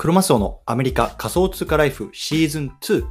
クロマスオのアメリカ仮想通貨ライフシーズン2。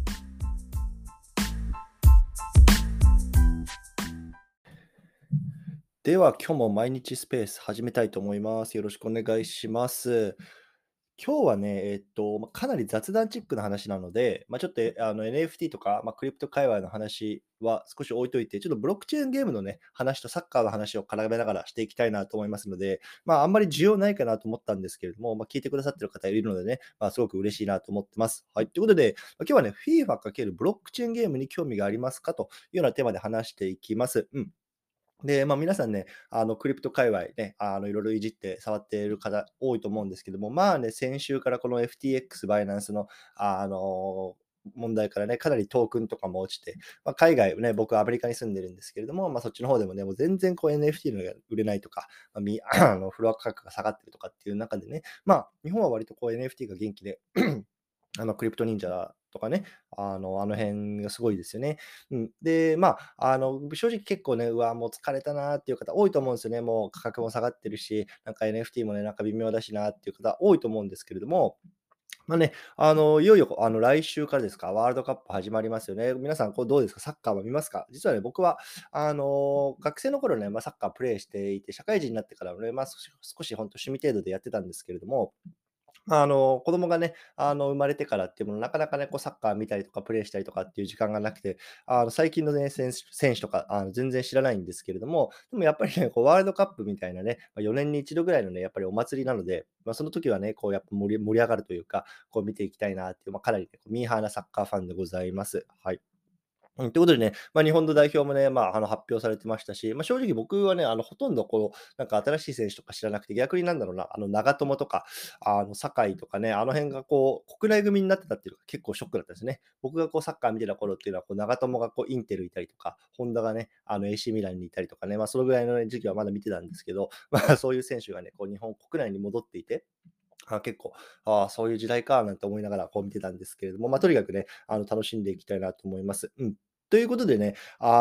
では今日も毎日スペース始めたいと思います。よろしくお願いします。今日はね、かなり雑談チックな話なので、ちょっとNFT とか、クリプト界隈の話は少し置いといて、ちょっとブロックチェーンゲームのね、話とサッカーの話を絡めながらしていきたいなと思いますので、あんまり需要ないかなと思ったんですけれども、聞いてくださってる方いるのでね、すごく嬉しいなと思ってます。はい。ということで、今日はね、FIFA× ブロックチェーンゲームに興味がありますかというようなテーマで話していきます。で、皆さんね、クリプト界隈ね、いろいろいじって触っている方多いと思うんですけども、先週からこの FTX、バイナンスの、あの、問題からね、かなりトークンとかも落ちて、海外ね、僕はアメリカに住んでるんですけれども、そっちの方でもね、もう全然こう NFT のが売れないとか、フロア価格が下がってるとかっていう中でね、日本は割とこう NFT が元気でクリプト忍者とかね、あの辺がすごいですよね。で、正直結構ね、うわ、もう疲れたなっていう方多いと思うんですよね。もう価格も下がってるし、なんか NFT もね、なんか微妙だしなっていう方多いと思うんですけれども、いよいよ来週からですか、ワールドカップ始まりますよね。皆さん、こうどうですか、サッカーは見ますか？実はね、僕は、学生の頃ね、サッカープレイしていて、社会人になってからもね、少し本当趣味程度でやってたんですけれども、子供がね、生まれてからっていうもの、なかなかね、こうサッカー見たりとかプレイしたりとかっていう時間がなくて、最近のね、選手とか、全然知らないんですけれども、でもやっぱりね、こうワールドカップみたいなね、4年に一度ぐらいのね、やっぱりお祭りなので、その時はね、こうやっぱ盛り上がるというか、こう見ていきたいなっていう、かなりね、こうミーハーなサッカーファンでございます。はい。ということでね、日本の代表もね、発表されてましたし、正直僕はね、ほとんどこう、なんか新しい選手とか知らなくて、逆になんだろうな、長友とか、酒井とかね、あの辺がこう、国内組になってたっていうのが結構ショックだったですね。僕がこう、サッカー見てた頃っていうのは、こう、長友がこう、インテルいたりとか、本田がね、AC ミランにいたりとかね、そのぐらいのね時期はまだ見てたんですけど、そういう選手がね、こう、日本国内に戻っていて、結構、そういう時代かなんて思いながらこう見てたんですけれども、とにかくね、楽しんでいきたいなと思います。ということでね、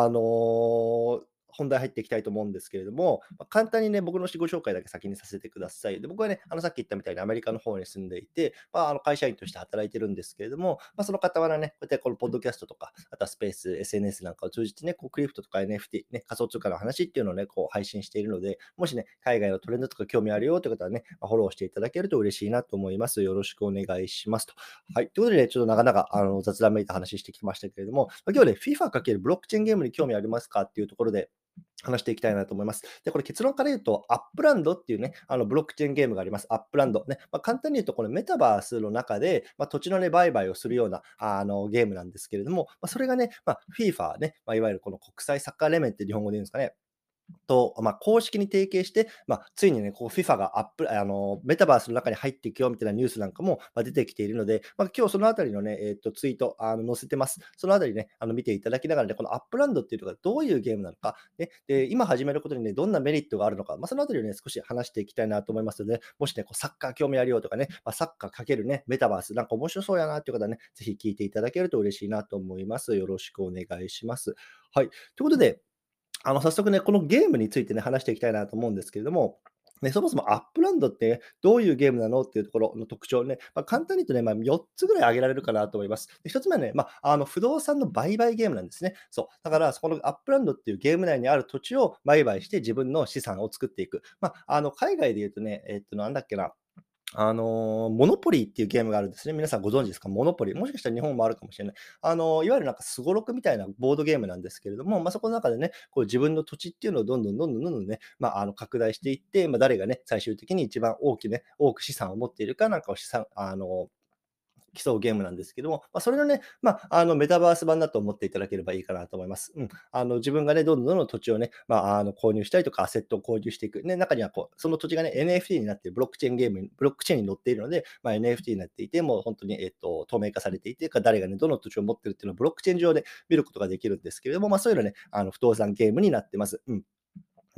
本題入っていきたいと思うんですけれども、簡単にね、僕の自己紹介だけ先にさせてください。で、僕はね、さっき言ったみたいにアメリカの方に住んでいて、会社員として働いてるんですけれども、その傍らね、こうやってこのポッドキャストとか、あとはスペース、SNS なんかを通じてね、こうクリプトとか NFT、ね、仮想通貨の話っていうのをね、こう配信しているので、もしね、海外のトレンドとか興味あるよという方はね、フォローしていただけると嬉しいなと思います。よろしくお願いしますと。はい。ということでね、ちょっと長々雑談めいた話してきましたけれども、今日ね、FIFA× ブロックチェーンゲームに興味ありますかっていうところで、話していきたいなと思います。で、これ結論から言うと、アップランドっていうね、ブロックチェーンゲームがあります。アップランド。ね、簡単に言うと、このメタバースの中で、土地のね、売買をするような、ゲームなんですけれども、それがね、FIFA ね、いわゆるこの国際サッカー連盟って日本語で言うんですかね。公式に提携して、ついにね、こう FIFA がメタバースの中に入っていくよみたいなニュースなんかも、出てきているので、今日そのあたりのね、ツイート、載せてます。そのあたりね、見ていただきながらね、このアップランドっていうのがどういうゲームなのか、ね、で、今始めることにね、どんなメリットがあるのか、そのあたりをね、少し話していきたいなと思いますので、もしね、こうサッカー興味あるよとかね、サッカーかけるね、メタバース、なんか面白そうやなっていう方はね、ぜひ聞いていただけると嬉しいなと思います。よろしくお願いします。はい。ということで、早速ね、このゲームについてね、話していきたいなと思うんですけれども、ね、そもそもアップランドってどういうゲームなのっていうところの特徴ね、簡単に言うとね、4つぐらい挙げられるかなと思います。で1つ目はね、不動産の売買ゲームなんですね。そう。だから、そこのアップランドっていうゲーム内にある土地を売買して自分の資産を作っていく。海外で言うとね、なんだっけな、モノポリーっていうゲームがあるんですね。皆さんご存知ですか？モノポリー。もしかしたら日本もあるかもしれない。いわゆるなんかすごろくみたいなボードゲームなんですけれども、そこの中でね、こう自分の土地っていうのをどんどんね、拡大していって、誰がね、最終的に一番多く資産を持っているかなんかを競うゲームなんですけども、それのね、メタバース版だと思っていただければいいかなと思います。自分がね、どんどん土地をね、購入したりとか、アセットを購入していく。ね、中にはこう、その土地がね、NFT になっているブロックチェーンに載っているので、NFT になっていて、もう本当に、透明化されていて、誰がね、どの土地を持っているっていうのをブロックチェーン上で見ることができるんですけれども、そういうのね、不動産ゲームになってます。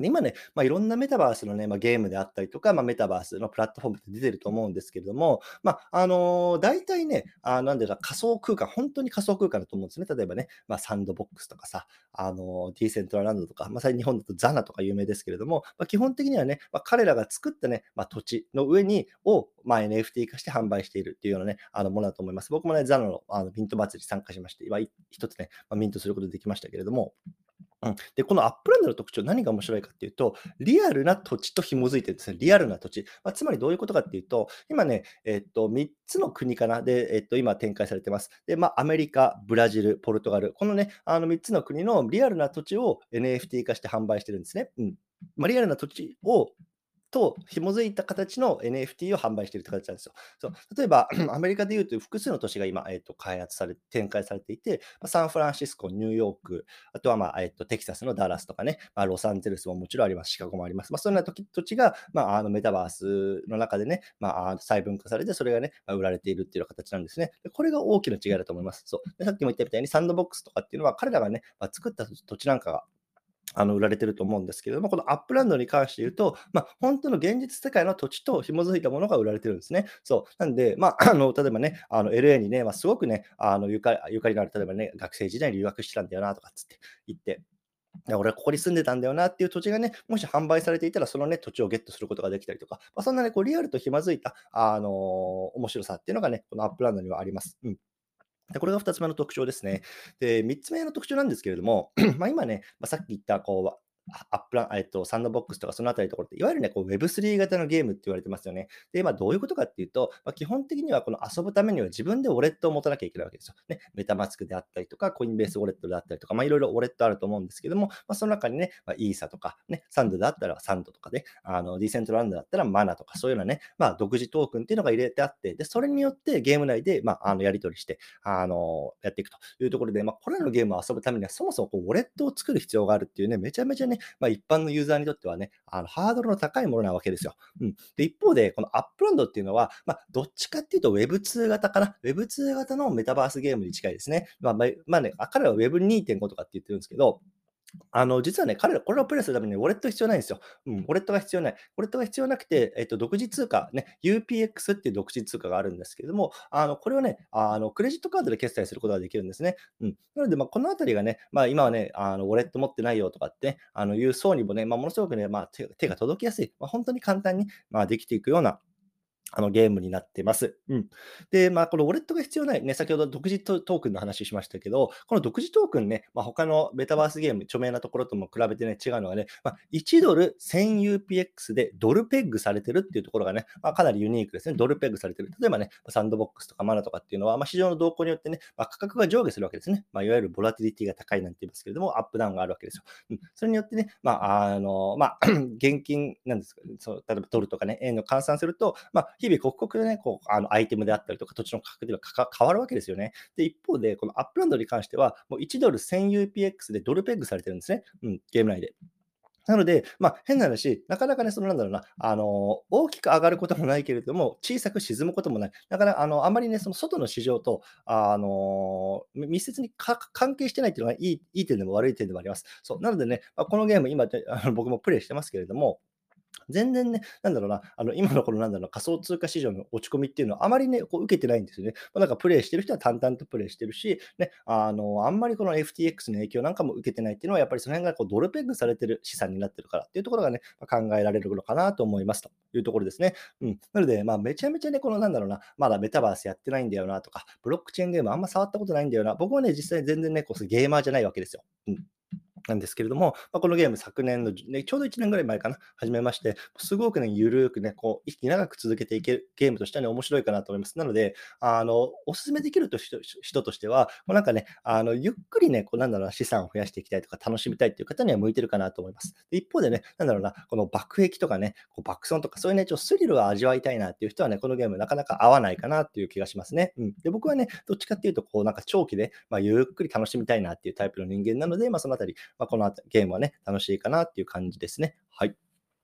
で、今ね、いろんなメタバースのね、ゲームであったりとか、メタバースのプラットフォームって出てると思うんですけれども、大体ね、なんだろうな、仮想空間、本当に仮想空間だと思うんですね。例えばね、サンドボックスとかさ、ディーセントラランドとか、最近日本だとザナとか有名ですけれども、基本的にはね、彼らが作ったね、土地の上を、NFT 化して販売しているっていうようなね、ものだと思います。僕もね、ザナのミント祭り参加しまして、一つね、ミントすることできましたけれども、で、このアップランドの特徴、何が面白いかっていうと、リアルな土地と紐づいてるんですね。リアルな土地。つまりどういうことかっていうと、今ね、3つの国かなで、今展開されてます。で、アメリカ、ブラジル、ポルトガル、このね、3つの国のリアルな土地を NFT 化して販売してるんですね。うん。リアルな土地と紐づいた形の NFT を販売しているって形なんですよ。そう、例えば、アメリカでいうと複数の都市が今、展開されていて、サンフランシスコ、ニューヨーク、あとは、テキサスのダラスとかね、ロサンゼルスももちろんあります。シカゴもあります。そんな土地が、メタバースの中でね、細分化されて、それがね、売られているっていうような形なんですね。で、これが大きな違いだと思います。そう。で、さっきも言ったみたいにサンドボックスとかっていうのは、彼らがね、作った土地なんかが売られてると思うんですけれども、このアップランドに関して言うと、本当の現実世界の土地と紐づいたものが売られてるんですね。そう。なんで、例えばね、LA にね、すごくね、ゆかりのある、例えばね、学生時代に留学してたんだよなとかっつって言って、俺はここに住んでたんだよなっていう土地がね、もし販売されていたら、そのね、土地をゲットすることができたりとか、そんなね、こうリアルと紐づいた、面白さっていうのがね、このアップランドにはあります。うん。で、これが2つ目の特徴ですね。で、3つ目の特徴なんですけれども、今ね、さっき言ったこう、アップラサンドボックスとかそのあたりのところって、いわゆるね、こう Web3 型のゲームって言われてますよね。で、どういうことかっていうと、基本的にはこの遊ぶためには自分でウォレットを持たなきゃいけないわけですよ。ね、メタマスクであったりとか、コインベースウォレットであったりとか、いろいろウォレットあると思うんですけども、その中にね、イーサとか、ね、サンドだったらサンドとかね、ディセントランドだったらマナとか、そういうようなね、独自トークンっていうのが入れてあって、で、それによってゲーム内で、やり取りして、やっていくというところで、これらのゲームを遊ぶためには、そもそもこうウォレットを作る必要があるっていうね、めちゃめちゃね、一般のユーザーにとってはね、ハードルの高いものなわけですよ。うん。で、一方で、このアップランドっていうのは、どっちかっていうと Web2 型かな。Web2 型のメタバースゲームに近いですね。ね、彼らは Web2.5 とかって言ってるんですけど、実はね、彼らこれをプレイするためにウォレット必要ないんですよ。うん、ウォレットが必要ない。ウォレットが必要なくて、独自通貨、ね、UPX っていう独自通貨があるんですけれども、これをね、クレジットカードで決済することができるんですね。うん。なので、このあたりがね、今はね、ウォレット持ってないよとかって、いう層にもね、ものすごくね、手が届きやすい、本当に簡単に、できていくようなゲームになってます。うん。で、このウォレットが必要ないね、先ほど独自トークンの話しましたけど、この独自トークンね、他のメタバースゲーム、著名なところとも比べてね、違うのはね、1ドル 1000UPX でドルペッグされてるっていうところがね、かなりユニークですね。ドルペッグされてる。例えばね、サンドボックスとかマナとかっていうのは、市場の動向によってね、価格が上下するわけですね。いわゆるボラティリティが高いなんて言いますけれども、アップダウンがあるわけですよ。うん。それによってね、現金なんですか、そう、例えばドルとかね、円の換算すると、日々刻々とね、こう、アイテムであったりとか、土地の価格では変わるわけですよね。で、一方で、このアップランドに関しては、もう1ドル 1000UPX でドルペッグされてるんですね。うん、ゲーム内で。なので、変な話、なかなかね、なんだろうな、大きく上がることもないけれども、小さく沈むこともない。だから、あまりね、その外の市場と、密接に関係してないっていうのがいい点でも悪い点でもあります。そう。なのでね、このゲーム、今、僕もプレイしてますけれども、全然ね、なんだろうな、今のこのなんだろうな、仮想通貨市場の落ち込みっていうのはあまりね、こう受けてないんですよね。なんかプレイしてる人は淡々とプレイしてるし、ね、あんまりこの FTX の影響なんかも受けてないっていうのは、やっぱりその辺がこうドルペグされてる資産になってるからっていうところがね、考えられるのかなと思いますというところですね。うん。なので、めちゃめちゃね、このなんだろうな、まだメタバースやってないんだよなとか、ブロックチェーンゲームあんま触ったことないんだよな。僕はね、実際全然ね、こうゲーマーじゃないわけですよ。うん。なんですけれども、このゲーム昨年のね、ちょうど1年ぐらい前かな、始めまして、すごくね、ゆるーくね、こう、息長く続けていけるゲームとしてはね、面白いかなと思います。なので、お勧めできる人としては、もうなんかね、ゆっくりね、こう、なんだろうな、資産を増やしていきたいとか、楽しみたいっていう方には向いてるかなと思います。で、一方でね、なんだろうな、この爆撃とかね、こう爆損とか、そういうね、スリルを味わいたいなっていう人はね、このゲームなかなか合わないかなっていう気がしますね。うん。で、僕はね、どっちかっていうと、こう、なんか長期で、ゆっくり楽しみたいなっていうタイプの人間なので、そのあたり、このゲームはね、楽しいかなっていう感じですね。はい。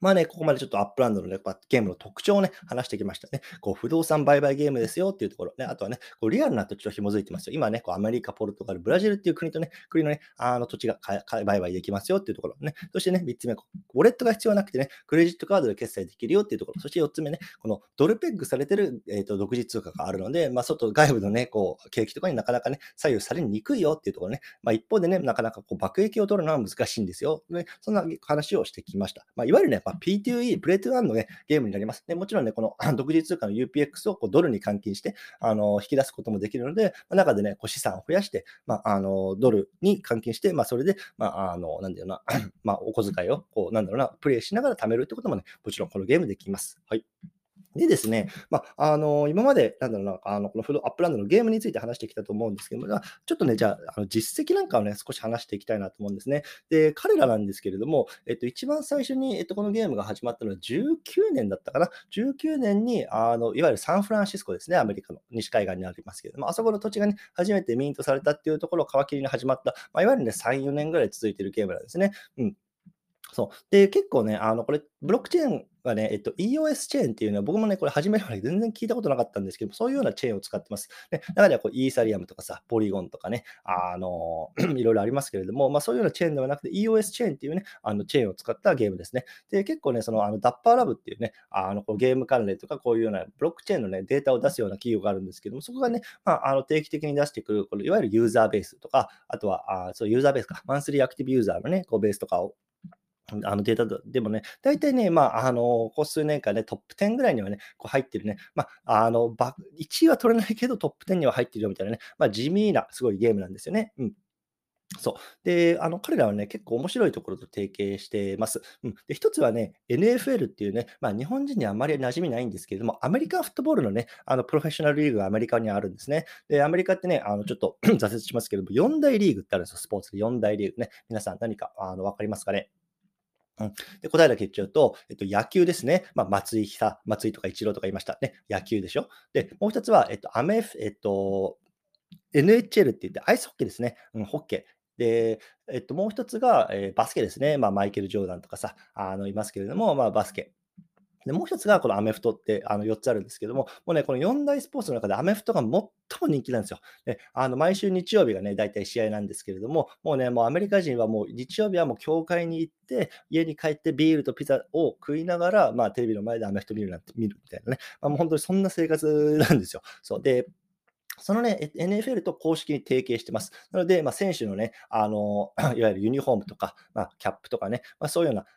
まあね、ここまでちょっとアップランドのね、ゲームの特徴をね、話してきましたね。こう、不動産売買ゲームですよっていうところ。ね、あとはね、こうリアルな土地と紐づいてますよ。今ね、こうアメリカ、ポルトガル、ブラジルっていう国とね、国のね、土地が売買できますよっていうところね。そしてね、3つ目、ウォレットが必要なくてね、クレジットカードで決済できるよっていうところ。そして4つ目ね、このドルペッグされてる、独自通貨があるので、まあ、外部のね、こう、景気とかになかなかね、左右されにくいよっていうところね。まあ、一方でね、なかなかこう爆撃を取るのは難しいんですよ。ね、そんな話をしてきました。まあ、いわゆるね、P2E、プレイトゥーアンのね、ゲームになります。でもちろんね、この独自通貨の UPX をこうドルに換金して、引き出すこともできるので、中でね、こう資産を増やして、ドルに換金して、それで、なんだよな、お小遣いを、こう、なんだろうな、プレイしながら貯めるってこともね、もちろんこのゲームできます。はい。でですね、今まで、なんだろうな、このアップランドのゲームについて話してきたと思うんですけども、ちょっとね、じゃあ、実績なんかをね、少し話していきたいなと思うんですね。で、彼らなんですけれども、一番最初に、このゲームが始まったのは19年だったかな。19年に、いわゆるサンフランシスコですね、アメリカの西海岸にありますけれども、あそこの土地がね、初めてミントされたっていうところを皮切りに始まった、いわゆるね、3、4年ぐらい続いているゲームなんですね。うん。そう。で、結構ね、これ、ブロックチェーンがね、EOS チェーンっていうのは、僕もね、これ始める前に全然聞いたことなかったんですけど、そういうようなチェーンを使ってます。で、中ではこうイーサリアムとかさ、ポリゴンとかね、いろいろありますけれども、そういうようなチェーンではなくて、EOS チェーンっていうね、チェーンを使ったゲームですね。で、結構ね、ダッパーラブっていうね、こうゲーム関連とか、こういうようなブロックチェーンのね、データを出すような企業があるんですけども、そこがね、定期的に出してくる、このいわゆるユーザーベースとか、あとは、そう、ユーザーベースか、マンスリーアクティブユーザーのね、こうベースとかをデータでもね、大体ね、ここ数年間ね、トップ10ぐらいにはね、こう入ってるね、1位は取れないけど、トップ10には入ってるよみたいなね、地味なすごいゲームなんですよね。うん。そう。で、彼らはね、結構面白いところと提携してます。うん。で、一つはね、NFL っていうね、日本人にはあまり馴染みないんですけれども、アメリカンフットボールのね、プロフェッショナルリーグがアメリカにあるんですね。で、アメリカってね、ちょっと挫折しますけれども、4大リーグってあるんですよ、スポーツで4大リーグね。皆さん何か、わかりますかね？うん。で、答えだけ言っちゃうと、野球ですね。松井とかイチローとかいました。ね、野球でしょ。で、もう一つは、NHL って言ってアイスホッケーですね。うん、ホッケー。で、もう一つが、バスケですね。マイケル・ジョーダンとかさ、いますけれども、バスケ。で、もう一つがこのアメフトって、4つあるんですけども、もうね、この4大スポーツの中でアメフトが最も人気なんですよ。で、毎週日曜日がね、だいたい試合なんですけれども、もうね、もうアメリカ人はもう日曜日はもう教会に行って、家に帰ってビールとピザを食いながら、テレビの前でアメフト見るみたいなね。もう本当にそんな生活なんですよ。そう。で、そのね、NFL と公式に提携してます。なので、選手のね、いわゆるユニフォームとか、キャップとかね、そういうような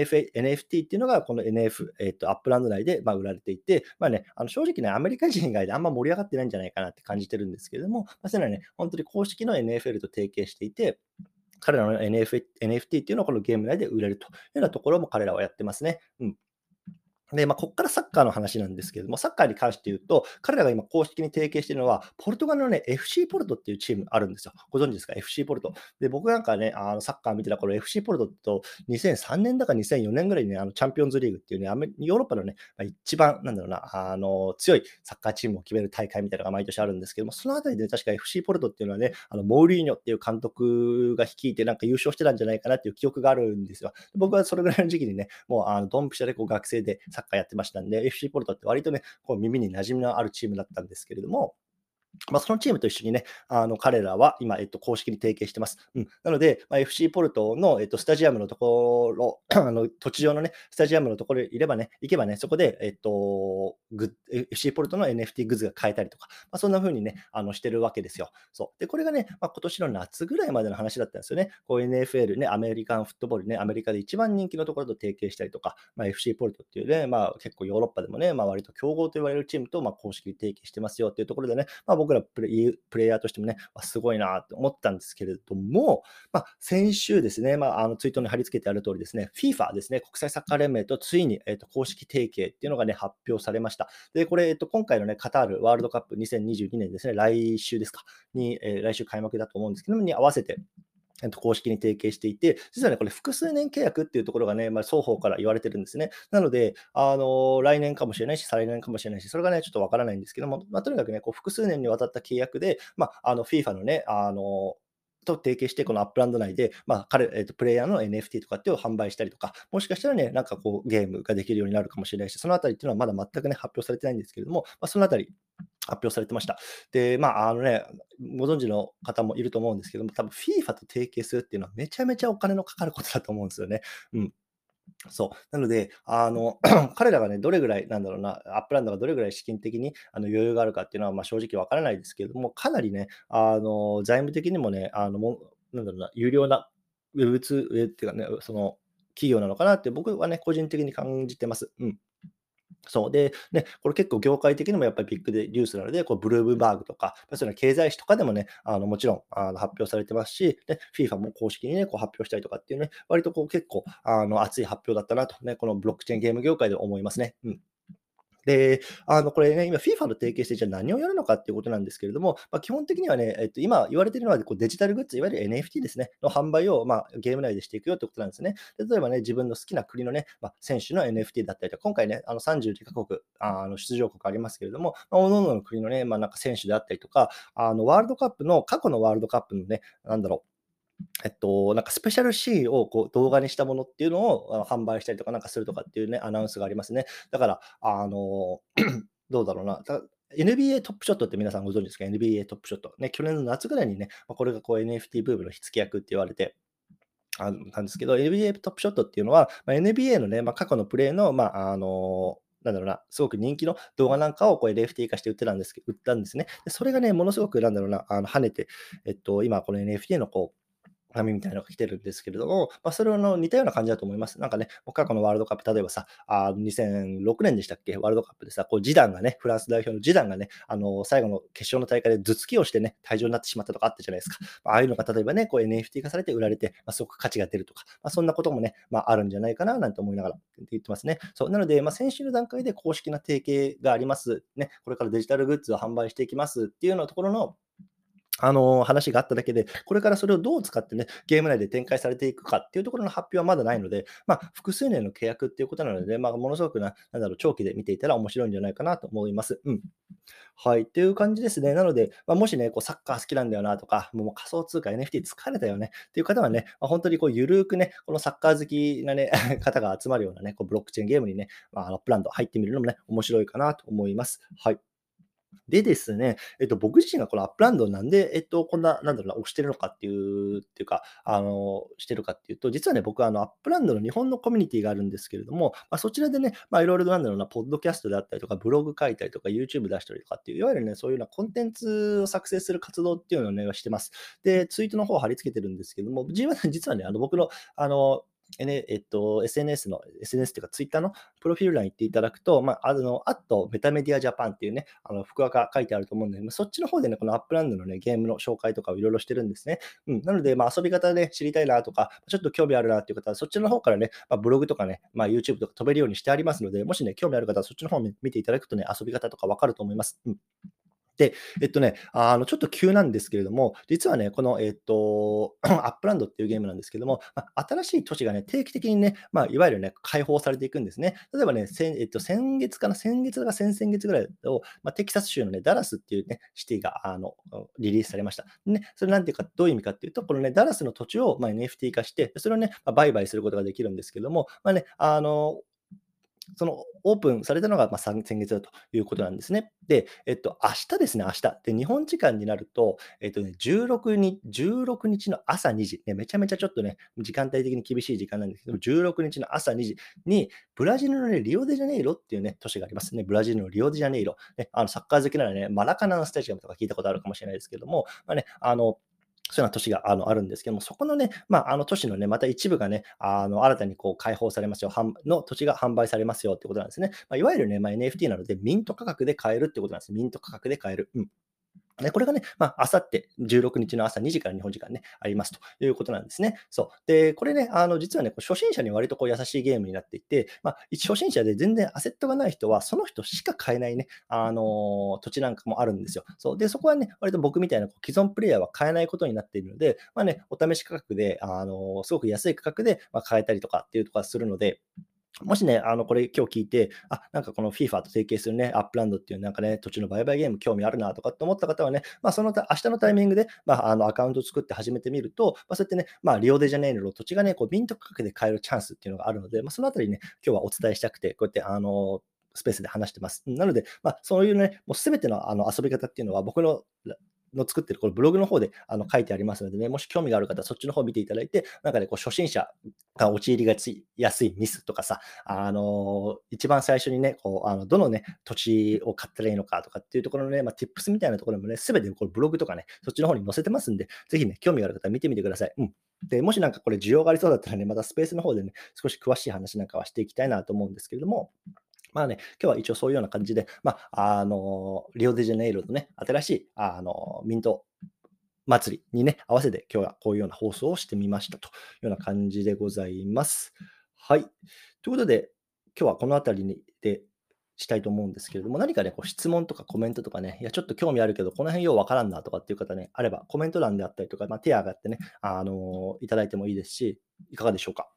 NFT っていうのが、この アップランド内で、売られていて、正直ね、アメリカ人以外であんま盛り上がってないんじゃないかなって感じてるんですけれども、そういうのはね、本当に公式の NFL と提携していて、彼らの NFT っていうのをこのゲーム内で売れるというようなところも彼らはやってますね。うん。で、こっからサッカーの話なんですけれども、サッカーに関して言うと、彼らが今公式に提携しているのは、ポルトガルのね、FC ポルトっていうチームあるんですよ。ご存知ですか？ FC ポルト。で、僕なんかね、サッカー見てた頃、FC ポルトと2003年だか2004年ぐらいにね、チャンピオンズリーグっていうね、ヨーロッパのね、一番なんだろうな、強いサッカーチームを決める大会みたいなのが毎年あるんですけども、そのあたりで確か FC ポルトっていうのはね、モーリーニョっていう監督が率いてなんか優勝してたんじゃないかなっていう記憶があるんですよ。僕はそれぐらいの時期にね、もうドンピシャでこう学生でサッカーやってましたんで、FC ポルトって割とね、こう耳に馴染みのあるチームだったんですけれども、そのチームと一緒にね、彼らは今、公式に提携してます。うん。なので、FC ポルトの、スタジアムのところ、土地上のね、スタジアムのところに行けばね、そこで、FC ポルトの NFT グッズが買えたりとか、そんな風にね、してるわけですよ。そう。で、これがね、今年の夏ぐらいまでの話だったんですよね。こう NFL ね、アメリカンフットボールね、アメリカで一番人気のところと提携したりとか、FC ポルトっていうね、結構ヨーロッパでもね、割と強豪と言われるチームと、公式に提携してますよっていうところでね、僕らプレイヤーとしてもね、すごいなと思ったんですけれども、先週ですね、ツイートに貼り付けてある通りですね、FIFA ですね、国際サッカー連盟とついに、公式提携っていうのがね、発表されました。で、これ、今回のね、カタールワールドカップ2022年ですね、来週ですか、来週開幕だと思うんですけども、に合わせて、公式に提携していて、実はね、これ複数年契約っていうところがね、双方から言われてるんですね。なので、来年かもしれないし、再来年かもしれないし、それがね、ちょっとわからないんですけども、とにかくね、こう複数年にわたった契約で、FIFA のね、 と提携して、このアップランド内で、プレイヤーの NFT とかっていうのを販売したりとか、もしかしたらね、なんかこうゲームができるようになるかもしれないし、そのあたりっていうのはまだ全くね、発表されてないんですけれども、そのあたり発表されてました。で、ご存知の方もいると思うんですけども、多分 FIFA と提携するっていうのはめちゃめちゃお金のかかることだと思うんですよね。うん。そう。なので、彼らがね、どれぐらい、なんだろうな、アップランドがどれぐらい資金的に余裕があるかっていうのは、正直わからないですけれども、かなりね、財務的にもね、なんだろうな、有料なウェブっていうかね、その、企業なのかなって僕はね、個人的に感じてます。うん。そう。で、ね、これ結構業界的にもやっぱりビッグでニュースなので、こうブルームバーグとか、そういうの経済誌とかでもね、もちろん発表されてますし、で、FIFA も公式にね、こう発表したりとかっていうね、割とこう結構熱い発表だったなとね、このブロックチェーンゲーム業界で思いますね。うん。で、これね、今 FIFA と提携して、じゃあ何をやるのかっていうことなんですけれども、基本的にはね、今言われているのは、こうデジタルグッズ、いわゆる NFT ですね、の販売を、ゲーム内でしていくよってことなんですね。例えばね、自分の好きな国のね、選手の NFT だったりとか、今回ね、32カ国、出場国ありますけれども、各々の国のね、なんか選手であったりとか、ワールドカップの、過去のワールドカップのね、なんだろう、なんかスペシャルシーンをこう動画にしたものっていうのを販売したりとかなんかするとかっていうね、アナウンスがありますね。だから、どうだろうな。NBA トップショットって皆さんご存知ですか？ NBA トップショット。ね、去年の夏ぐらいにね、これがこう NFT ブームの火付け役って言われて、なんですけど、NBA トップショットっていうのは、NBA のね、過去のプレーの、なんだろうな、すごく人気の動画なんかをこう NFT 化して売ったんですね。で、それがね、ものすごくなんだろうな、跳ねて、今この NFT のこう波みたいなのが来てるんですけれども、それの似たような感じだと思います。なんかね、過去のワールドカップ、例えばさ、2006年でしたっけ、ワールドカップでさ、こうジダンがね、フランス代表のジダンがね、最後の決勝の大会で頭突きをしてね、退場になってしまったとかあったじゃないですか。ああいうのが例えばね、こう NFT 化されて売られて、すごく価値が出るとか、そんなこともね、あるんじゃないかななんて思いながら言ってますね。そう、なので、先週の段階で公式な提携があります。ね、これからデジタルグッズを販売していきますっていうようなところの話があっただけで、これからそれをどう使ってね、ゲーム内で展開されていくかっていうところの発表はまだないので、複数年の契約っていうことなので、ものすごく長期で見ていたら面白いんじゃないかなと思います。うん。はい、っていう感じですね。なので、もしね、こうサッカー好きなんだよなとか、もう仮想通貨 NFT 疲れたよねっていう方はね、本当にこうゆるーくね、このサッカー好きなね、方が集まるようなね、こうブロックチェーンゲームにね、プランド入ってみるのもね、面白いかなと思います。はい。でですね、僕自身がこのアップランドをなんで、こんな、なんだろうな、推してるのかっていうか、してるかっていうと、実はね、僕はアップランドの日本のコミュニティがあるんですけれども、そちらでね、いろいろなんだろうな、ポッドキャストであったりとか、ブログ書いたりとか、YouTube 出したりとかっていう、いわゆるね、そういうようなコンテンツを作成する活動っていうのをね、してます。で、ツイートの方を貼り付けてるんですけども、実はね、僕の、SNS っていうか、ツイッターのプロフィール欄行っていただくと、アットメタメディアジャパンっていうね、福岡書いてあると思うんで、そっちの方でね、このアップランドのね、ゲームの紹介とかをいろいろしてるんですね。うん。なので、遊び方で知りたいなとか、ちょっと興味あるなっていう方は、そっちの方からね、ブログとかね、YouTube とか飛べるようにしてありますので、もしね、興味ある方はそっちの方を見ていただくとね、遊び方とかわかると思います。うん。で、ちょっと急なんですけれども、実はね、この、アップランドっていうゲームなんですけども、新しい都市がね、定期的にね、いわゆるね、開放されていくんですね。例えばね、先月かな、先月か先々月ぐらいを、テキサス州のね、ダラスっていうね、シティが、リリースされました。ね、それなんていうか、どういう意味かっていうと、このね、ダラスの土地を、NFT 化して、それをね、売買することができるんですけども、そのオープンされたのが、先月だということなんですね。で、明日ですね、明日。で、日本時間になると、16日の朝2時、ね、めちゃめちゃちょっとね、時間帯的に厳しい時間なんですけども、16日の朝2時に、ブラジルのね、リオデジャネイロっていうね、都市がありますね。ブラジルのリオデジャネイロ。ね、サッカー好きならね、マラカナンスタジアムとか聞いたことあるかもしれないですけども、そういうような都市があるんですけども、そこのね、都市のね、また一部がね、新たにこう開放されますよ、の土地が販売されますよってことなんですね。いわゆるね、NFT なので、ミント価格で買えるってことなんです。ミント価格で買える。うん。ね、これがね、あさって16日の朝2時から日本時間ね、ありますということなんですね。そう。で、これね、実はね、こう初心者に割とこう優しいゲームになっていて、一初心者で全然アセットがない人は、その人しか買えないね、土地なんかもあるんですよ。そう。で、そこはね、割と僕みたいなこう既存プレイヤーは買えないことになっているので、お試し価格で、すごく安い価格で、買えたりとかっていうところはするので、 もしね、これ今日聞いて、なんかこの FIFA と提携するね、アップランドっていうなんかね、土地の売買ゲーム興味あるなとかって思った方はね、明日のタイミングで、アカウントを作って始めてみると、そうやってね、リオデジャネイロの土地がね、こう、ミント価格で買えるチャンスっていうのがあるので、そのあたりね、今日はお伝えしたくて、こうやって、スペースで話してます。なので、そういうね、もうすべての遊び方っていうのは、僕の作ってるこのブログの方で書いてありますのでね、もし興味がある方はそっちの方を見ていただいて、なんかね、こう初心者が陥りがちやすいミスとかさ、一番最初にね、こう、どのね、土地を買ったらいいのかとかっていうところのね、tips みたいなところもね、すべてこれブログとかね、そっちの方に載せてますんで、ぜひね、興味がある方は見てみてください。うん。で、もしなんかこれ需要がありそうだったらね、またスペースの方でね、少し詳しい話なんかはしていきたいなと思うんですけれども、今日は一応そういうような感じで、リオデジャネイロのね、新しい、ミント祭りにね、合わせて今日はこういうような放送をしてみましたというような感じでございます。はい。ということで、今日はこの辺りでしたいと思うんですけれども、何かね、こう質問とかコメントとかね、いや、ちょっと興味あるけど、この辺ようわからんなとかっていう方ね、あれば、コメント欄であったりとか、手挙がってね、いただいてもいいですし、いかがでしょうか。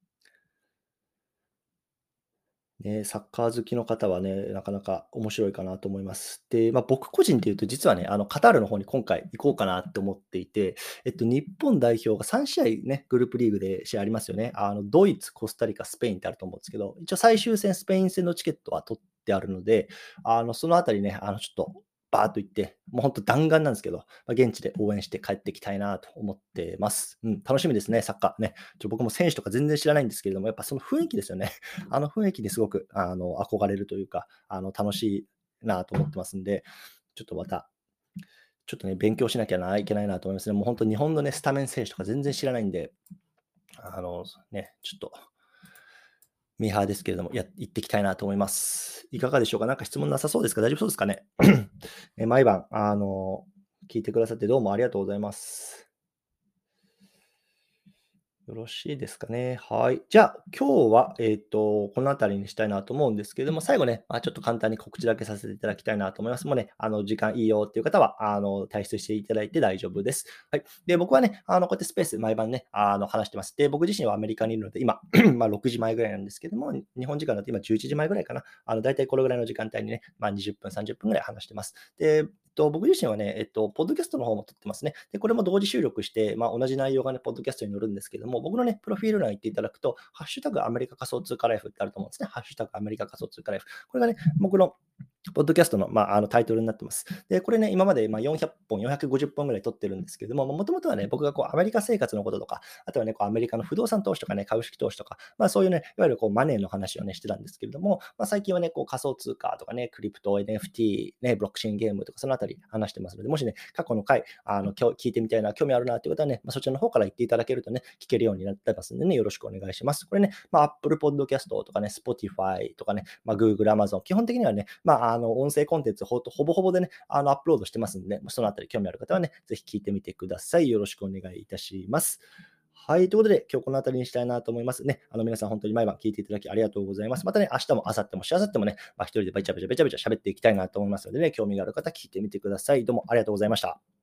ね、サッカー好きの方はね、なかなか面白いかなと思います。で、僕個人で言うと、実はね、カタールの方に今回行こうかなって思っていて、日本代表が3試合ね、グループリーグで試合ありますよね。ドイツ、コスタリカ、スペインってあると思うんですけど、一応最終戦、スペイン戦のチケットは取ってあるので、そのあたりね、ちょっとバーっと行って、もう本当弾丸なんですけど、現地で応援して帰ってきたいなと思ってます。うん、楽しみですね、サッカーね。僕も選手とか全然知らないんですけれども、やっぱその雰囲気ですよね。あの雰囲気にすごく憧れるというか、楽しいなと思ってますんで、ちょっとまた、ちょっとね、勉強しなきゃいけないなと思いますね。もう本当日本のね、スタメン選手とか全然知らないんで、ちょっとミーハーですけれども、行ってきたいなと思います。いかがでしょうか？なんか質問なさそうですか？大丈夫そうですかね？毎晩、聞いてくださってどうもありがとうございます。よろしいですかね。はい。じゃあ、今日は、この辺りにしたいなと思うんですけれども、最後ね、ちょっと簡単に告知だけさせていただきたいなと思います。もうね、時間いいよっていう方は、退出していただいて大丈夫です。はい。で、僕はね、こうやってスペース毎晩ね、話してます。で、僕自身はアメリカにいるので、今、6時前ぐらいなんですけども、日本時間だと今11時前ぐらいかな。だいたいこれぐらいの時間帯にね、20分、30分ぐらい話してます。で、僕自身はね、ポッドキャストの方も撮ってますね。で、これも同時収録して、同じ内容がね、ポッドキャストに載るんですけども、僕のね、プロフィール欄行っていただくと、ハッシュタグアメリカ仮想通貨ライフってあると思うんですね。ハッシュタグアメリカ仮想通貨ライフ。これがね、僕のポッドキャストの、タイトルになってます。で、これね、今まで、400本、450本ぐらい撮ってるんですけども、もともとはね、僕がこう、アメリカ生活のこととか、あとはね、こう、アメリカの不動産投資とかね、株式投資とか、そういうね、いわゆるこう、マネーの話をね、してたんですけれども、最近はね、こう、仮想通貨とかね、クリプト、NFT、ね、ブロックチェーンゲームとか、そのあたり話してますので、もしね、過去の回、今日聞いてみたいな、興味あるなっていう方はね、そちらの方から言っていただけるとね、聞けるようになってますんでね、よろしくお願いします。これね、Apple Podcast とかね、Spotify とかね、Google、Amazon、基本的にはね、音声コンテンツほぼほぼでね、アップロードしてますんで、そのあたり興味ある方はね、ぜひ聞いてみてください。よろしくお願いいたします。はい、ということで、今日この辺りにしたいなと思いますね。皆さん本当に毎晩聞いていただきありがとうございます。またね、明日も明後日もしあさってもね、一人でべちゃべちゃ喋っていきたいなと思いますのでね、興味がある方聞いてみてください。どうもありがとうございました。